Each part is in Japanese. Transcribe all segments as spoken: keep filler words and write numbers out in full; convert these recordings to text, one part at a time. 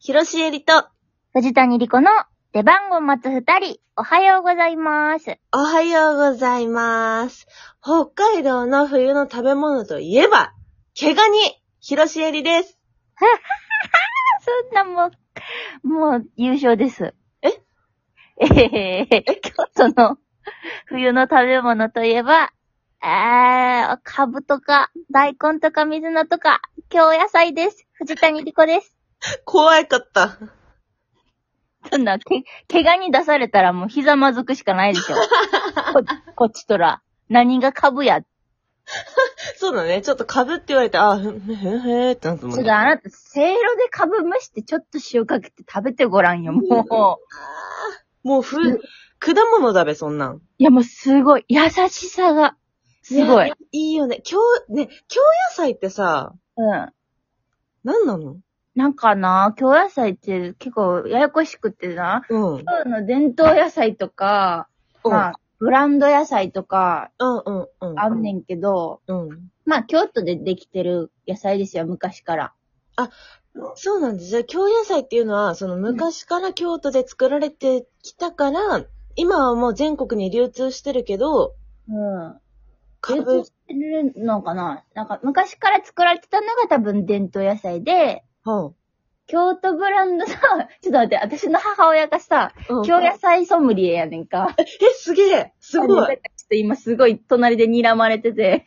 広しえりと、 藤谷莉子の出番を待つ二人、おはようございます。 おはようございます。北海道の冬の食べ物といえば、毛ガニ、広しえりです。 そんなもう、もう優勝です。 ええへへ、京都の冬の食べ物といえば、あー、かぶとか、大根とか水菜とか、京野菜です。藤谷莉子です。 怖かった。 そんな、け、毛ガニ出されたらもうひざまずくしかないでしょ。こ、こっちとら。何がかぶや。 そうだね。ちょっとかぶって言われて、あ、ふん、ふん、へーってなったもんね。 ちょっとあなた、せいろでかぶ蒸してちょっと塩かけて食べてごらんよ、もう。 あーもうふ、果物だべ、そんなん。 いや、もうすごい。優しさが。すごい。 やいいよね。京、ね、京野菜ってさ、 うん。 何なの？ なんかな、京野菜って結構ややこしくてな、 うん。 京の伝統野菜とか、 うんまあ、ブランド野菜とか、 うんうんうん。 あんねんけど、 うん。 まあ、京都でできてる野菜ですよ、昔から。 そうなんです。じゃあ、京野菜っていうのは、その昔から京都で作られてきたから、今はもう全国に流通してるけど、 うん。 かぶ流通、してるのかな、なんか昔から作られてたのが多分伝統野菜で、 は京都ブランドさ、ちょっと待って、私の母親がさ、 うん京野菜ソムリエやねんか。 え、すげえすごいだからちょっと今すごい隣で睨まれてて。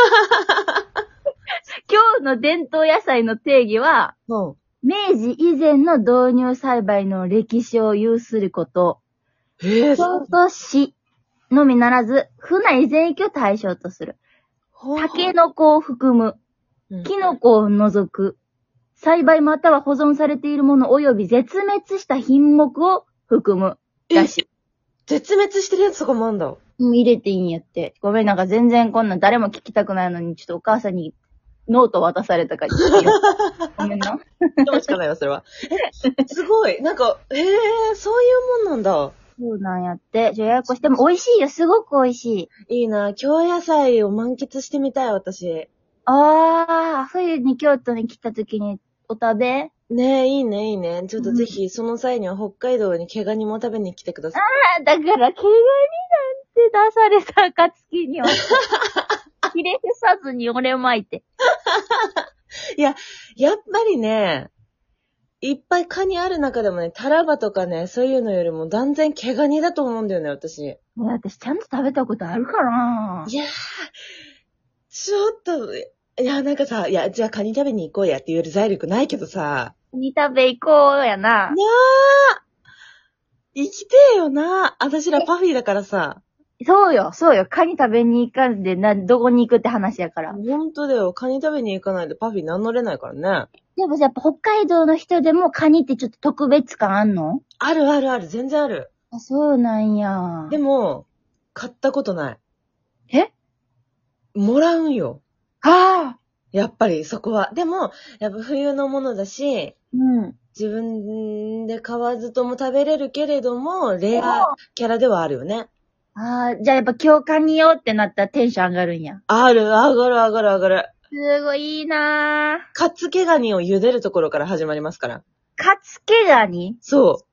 今日の伝統野菜の定義は、 うん明治以前の導入栽培の歴史を有すること、 えー、 京都市のみならず、府内全域を対象とする。 ほタケノコを含む、 うんキノコを除く、栽培または保存されているもの及び絶滅した品目を含む。らしい。 絶滅してるやつとかもあんだ。 うん、入れていいんやって。ごめん、なんか全然こんなん誰も聞きたくないのに、ちょっとお母さんにノート渡されたから言ってよ。ごめんな。 今しかないわ、それは。え、すごい。なんか、えー、そういうもんなんだ。 そうなんやって。じゃあややこしい。でも美味しいよ。すごく美味しい。 いいな。京野菜を満喫してみたい、私。 あー、冬に京都に来た時にお食べねえ、いいね、いいね。ちょっとぜひ、その際には北海道に毛ガニも食べに来てください。 あだから、毛ガニなんて出された暁には、ひれ伏さずに俺巻いて。 いや、やっぱりね、いっぱいカニある中でもね、タラバとかね、そういうのよりも断然毛ガニだと思うんだよね、私。いもう私ちゃんと食べたことあるかなやー、ちょっと、いや、なんかさ、いや、じゃあカニ食べに行こうやって言える財力ないけどさ、 に食べ行こうやな。 なあ、生きてえよな。私らパフィーだからさ。 そうよ、そうよ。カニ食べに行かんで、な、どこに行くって話やから。 ほんとだよ。カニ食べに行かないとパフィー名乗れないからね。 でもやっぱ北海道の人でもカニってちょっと特別感あんの？ あるあるある、全然ある。 あ、そうなんや。 でも、買ったことない。 えもらうんよ。 ああやっぱりそこは。でも、やっぱ冬のものだし、 うん。 自分で買わずとも食べれるけれども、レアキャラではあるよね。 ああ、じゃあやっぱ今日カニよってなったらテンション上がるんや。 ある、上がる上がる上がる。 すごいいいなぁ。 カツケガニを茹でるところから始まりますから。 カツケガニそう。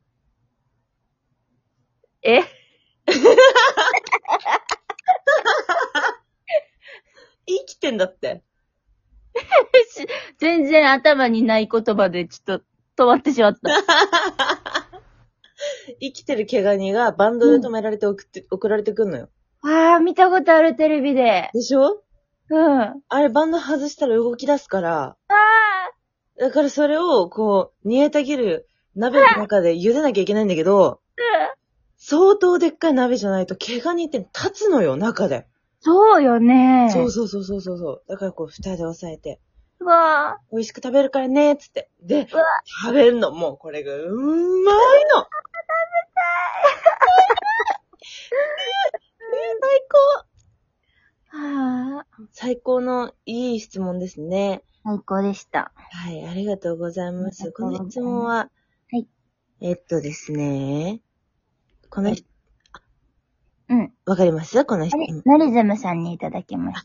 え生きてんだって。 全然頭にない言葉でちょっと止まってしまった。 生きてる毛ガニがバンドで止められて送って、送られてくんのよ。 ああ、見たことあるテレビで。 でしょ？ うん。ああれバンド外したら動き出すから、 あだからそれをこう、煮えたぎる鍋の中で茹でなきゃいけないんだけど、相当でっかい鍋じゃないと毛ガニって立つのよ、中で。 そうよね。 そうそうそうそうそうそう。だからこう、二人で押さえて、 うわ美味しく食べるからね、つって。で、 うわ食べんの。もうこれがうまいの。最高。 はあ。 最高のいい質問ですね。 最高でした。 はい、ありがとうございまありす。 がとうございますこの質問は、 はい。 えっとですね、この人、 うん。 わかりますこのあ人。 れ、ナリズムさんにいただきました。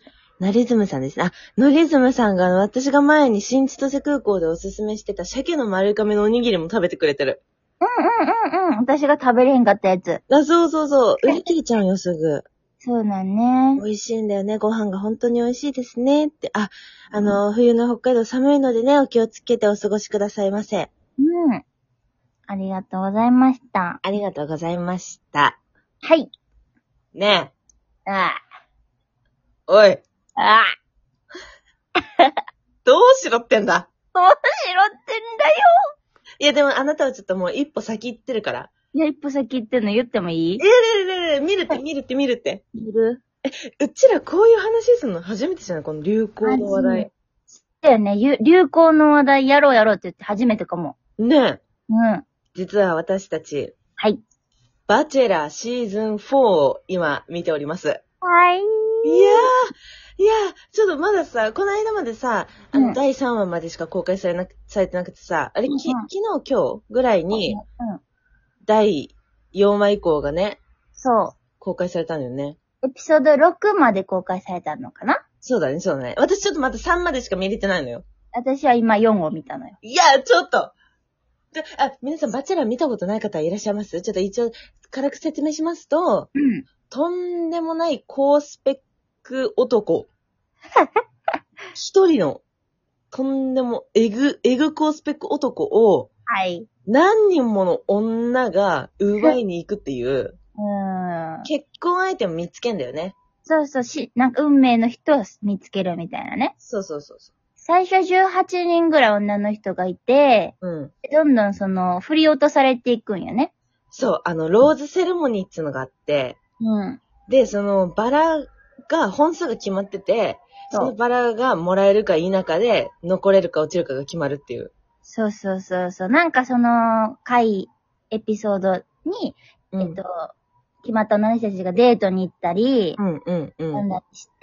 ナリズムさんですね。あ、ノリズムさんが私が前に新千歳空港でおすすめしてた鮭の丸亀のおにぎりも食べてくれてる。 うんうんうんうん。私が食べれへんかったやつ。 あ、そうそうそう。売り切れちゃうよ、すぐ。 そうなんね。 美味しいんだよね。ご飯が本当に美味しいですね。って。あ、あの、冬の北海道寒いのでね、お気をつけてお過ごしくださいませ。 うん。ありがとうございました。 ありがとうございました。 はい。 ねえ。 あおい。 あ。ああ。 どうしろってんだ。 どうしろってんだよ。 いや、でもあなたはちょっともう一歩先行ってるから。 いや、一歩先行ってんの言ってもいい？ えれれれれ、見るって見るって見るって。 いる？ うちらこういう話するの初めてじゃない？この流行の話題。 だよね。ゆ流行の話題やろうやろうって言って初めてかも。 ねえ。 うん。 実は私たち、 はい。 バチェラーシーズンフォーを今見ております。 はい。 いやー、いやー、ちょっとまださ、この間までさ、あの、 うんだいさんわまでしか公開されなく、されてなくてさ、あれ、 うんうんき昨日今日ぐらいに、 うん。 だいよんわ以降がね、 そ公開されたんだよね。 う。エピソードろくまで公開されたのかな？ そうだね、そうだね。私ちょっとまださんまでしか見れてないのよ。 私は今よんを見たのよ。 いや、ちょっとであ、皆さん、バチェラー見たことない方いらっしゃいます？ちょっと一応、軽く説明しますと、 うん。 とんでもない高スペック男。一人の、とんでも、エグ、エグ高スペック男を、 はい。 何人もの女が奪いに行くっていう、 うーん。 結婚相手も見つけんだよね。 そうそう、し、なんか運命の人を見つけるみたいなね。 そうそうそうそ最初じゅうはちにんぐらい女の人がいて、 う。うん。 どんどんその、振り落とされていくんよね。 そう、あの、ローズセレモニーっていうのがあって、 うん。 で、その、バラが、本数が決まってて、 そうそのバラがもらえるか否かで、残れるか落ちるかが決まるっていう。 そうそうそうそう。なんかその、回、エピソードに、 うん、 えっと、決まった女の人たちがデートに行ったり、 うん、うん、うなんん。 だりして、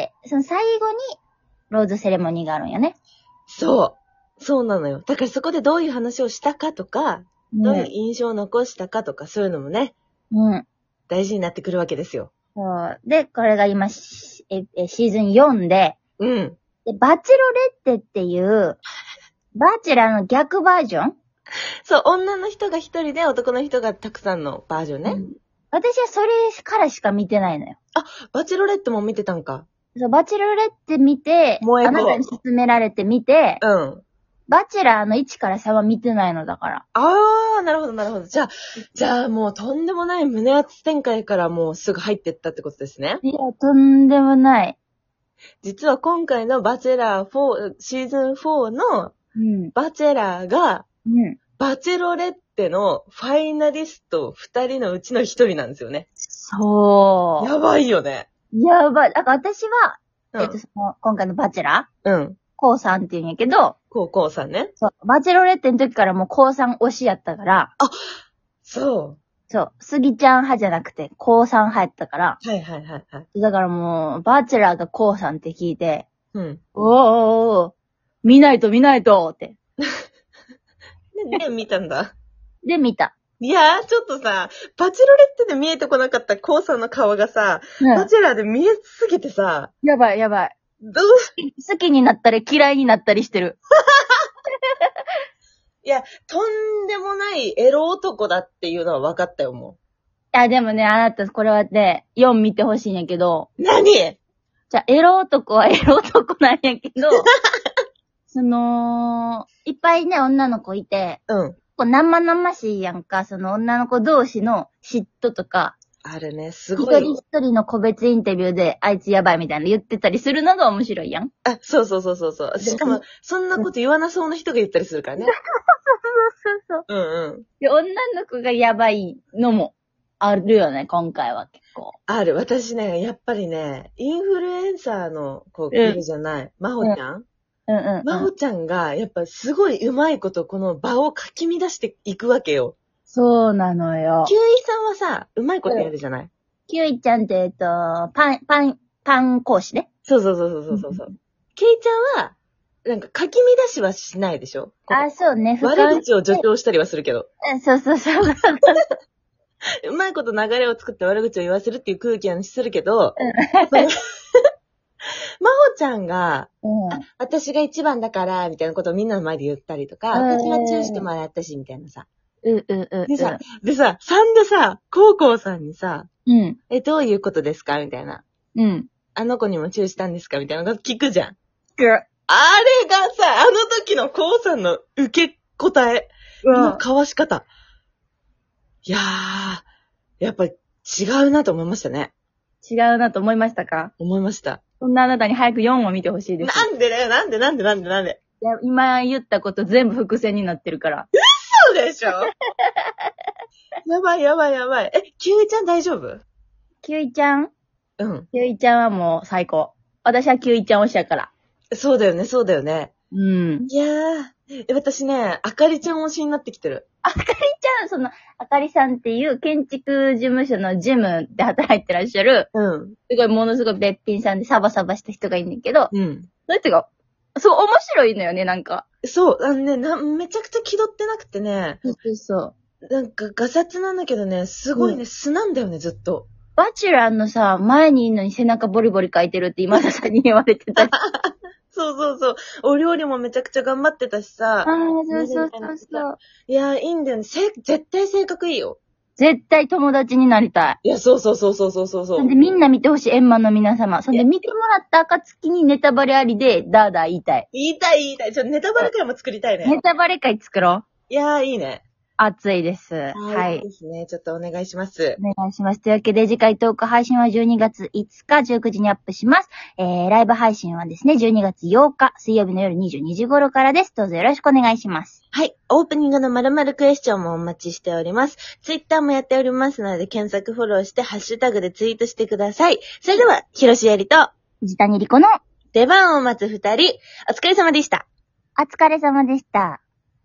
その最後に、ローズセレモニーがあるんよね。 そう。そうなのよ。だからそこでどういう話をしたかとか、どういう印象を残したかとか、そういうのもね、 うん。うん。 大事になってくるわけですよ。 そう。で、これが今、しえ、え、シーズンよんで、 うん。 で、バチェロレッテっていう、バチェラーの逆バージョン？ そう、女の人が一人で男の人がたくさんのバージョンね。 うん。私はそれからしか見てないのよ。 バチェロレットも見てたんか。 そう、バチェロレッテ見て、 萌え子あなたに勧められて見て、 うん。 バチェラーのいちからさんは見てないのだから。 あー、なるほど、なるほど。じゃあ、じゃあもうとんでもない胸圧展開からもうすぐ入ってったってことですね。 いや、とんでもない。 実は今回のバチェラーフォー、シーズンフォーのうん。 バチェラーが、 うん。 バチェロレッテのファイナリストふたりのうちのひとりなんですよね。 そやばいよね。 う。やばい。だから私は、 うん。 えっと、その、今回のバチェラーうん。 コウさんって言うんやけど、 こう、こうさんね。 そう、バチェロレッテの時からもうコウさん推しやったから、 そそう、スギちゃん派じゃなくて、コウさん派やったから、 う。はいはいはいはい。 だからもう、バチェラーがコウさんって聞いて、 うん。 おーおーおー見ないと見ないとって。 で、で見たんだ。 で、見た。 いやー、ちょっとさ、バチェロレッテで見えてこなかったコウさんの顔がさ、 うん。 バチェラーで見えすぎてさ、 やばいやばい。 どう好きになったり嫌いになったりしてる。 いや、とんでもないエロ男だっていうのは分かったよ、もあ、でもね、あなた、これはね、よん見てほしいんやけど、 う。何じゃあ、エロ男はエロ男なんやけど、その、いっぱいね、女の子いて、 うん。 こう生々しいやんか、その女の子同士の嫉妬とか、 あるね、す一ごいよ。 人一人の個別インタビューで、あいつやばいみたいなの言ってたりするのが面白いやん。 あ、そうそうそうそうそう。しかも、そんなこと言わなそうな人が言ったりするからね。 そうそうそう。 うんうん。 で、女の子がやばいのもあるよね、今回は結構。 ある。私ね、やっぱりね、インフルエンサーの子いるじゃない。まほちゃんうんうん、うん。 まほちゃんが、やっぱすごいうまいことこの場をかき乱していくわけよ。 そうなのよ。 キュウイさんはさ、うまいことやるじゃない。 キュウイちゃんって、えっと、パン、パン、パン講師ね。 そうそうそうそうそうそう。ケイちゃんは、なんかかき乱しはしないでしょ。 あ、そうね。 悪口を助長したりはするけど。 うんそうそうそう。 うまいこと流れを作って悪口を言わせるっていう空気はするけど、 まほちゃんが、 うん。 私が一番だから、みたいなことをみんなの前で言ったりとか、 うん私はチューしてもらったし、みたいなさ。 うんうんうん。 でさ、でさ、さんでさ、コウコウさんにさ、 うん。 え、どういうことですかみたいな。 うん。 あの子にもチューしたんですかみたいなこと聞くじゃん。 くる。 あれがさ、あの時のコウさんの受け答えの交わし方。いやー、やっぱり違うなと思いましたね。 違うなと思いましたか？ 思いました。 そんなあなたに早くよんを見てほしいです。 なんでだよ、なんでなんでなんでなんで。 いや、今言ったこと全部伏線になってるから。 そうでしょやばいやばいやばい。え、キウイちゃん大丈夫？ キュイちゃんうん。 キュイちゃんはもう最高。私はキュイちゃん推しやから。 そうだよね、そうだよね。 うん。 いやー、え私ね、あかりちゃん推しになってきてる。 あかりちゃん、その、あかりさんっていう建築事務所のジムで働いてらっしゃる、 うん。 すごいものすごいべっぴんさんでサバサバした人がいるんだけど、 うん。 その人が、そう、面白いのよね、なんか。 そう、あのねな、めちゃくちゃ気取ってなくてね、 そうそうそう。 なんかガサツなんだけどね、すごいね、 うん素なんだよね、ずっと。 バチュラーのさ、前にいるのに背中ボリボリ書いてるって今田さんに言われてた。あそうそうそう。お料理もめちゃくちゃ頑張ってたしさ。 あ、そうそうそうそう。 いやー、いいんだよね。せ、絶対性格いいよ。 絶対友達になりたい。 いや、そうそうそうそうそうそうそそんでみんな見てほしい、エンマの皆様。そんで見てもらった暁にネタバレありで、ダーダー言いたい。 言いたい言いたい。ちょっとネタバレ会も作りたいね。 ネタバレ会作ろう。 いやー、いいね。 熱いです。はいい。 ですね。ちょっとお願いします。 お願いします。というわけで、次回トーク配信はじゅうにがついつかじゅうくじにアップします。えー、ライブ配信はですね、じゅうにがつようか水曜日の夜にじゅうにじ頃からです。どうぞよろしくお願いします。 はい。オープニングの〇〇クエスチョンもお待ちしております。ツイッターもやっておりますので、検索フォローして、ハッシュタグでツイートしてください。それでは、広しえりと、 藤谷莉子の出番を待つ二人、お疲れ様でした。 お疲れ様でした。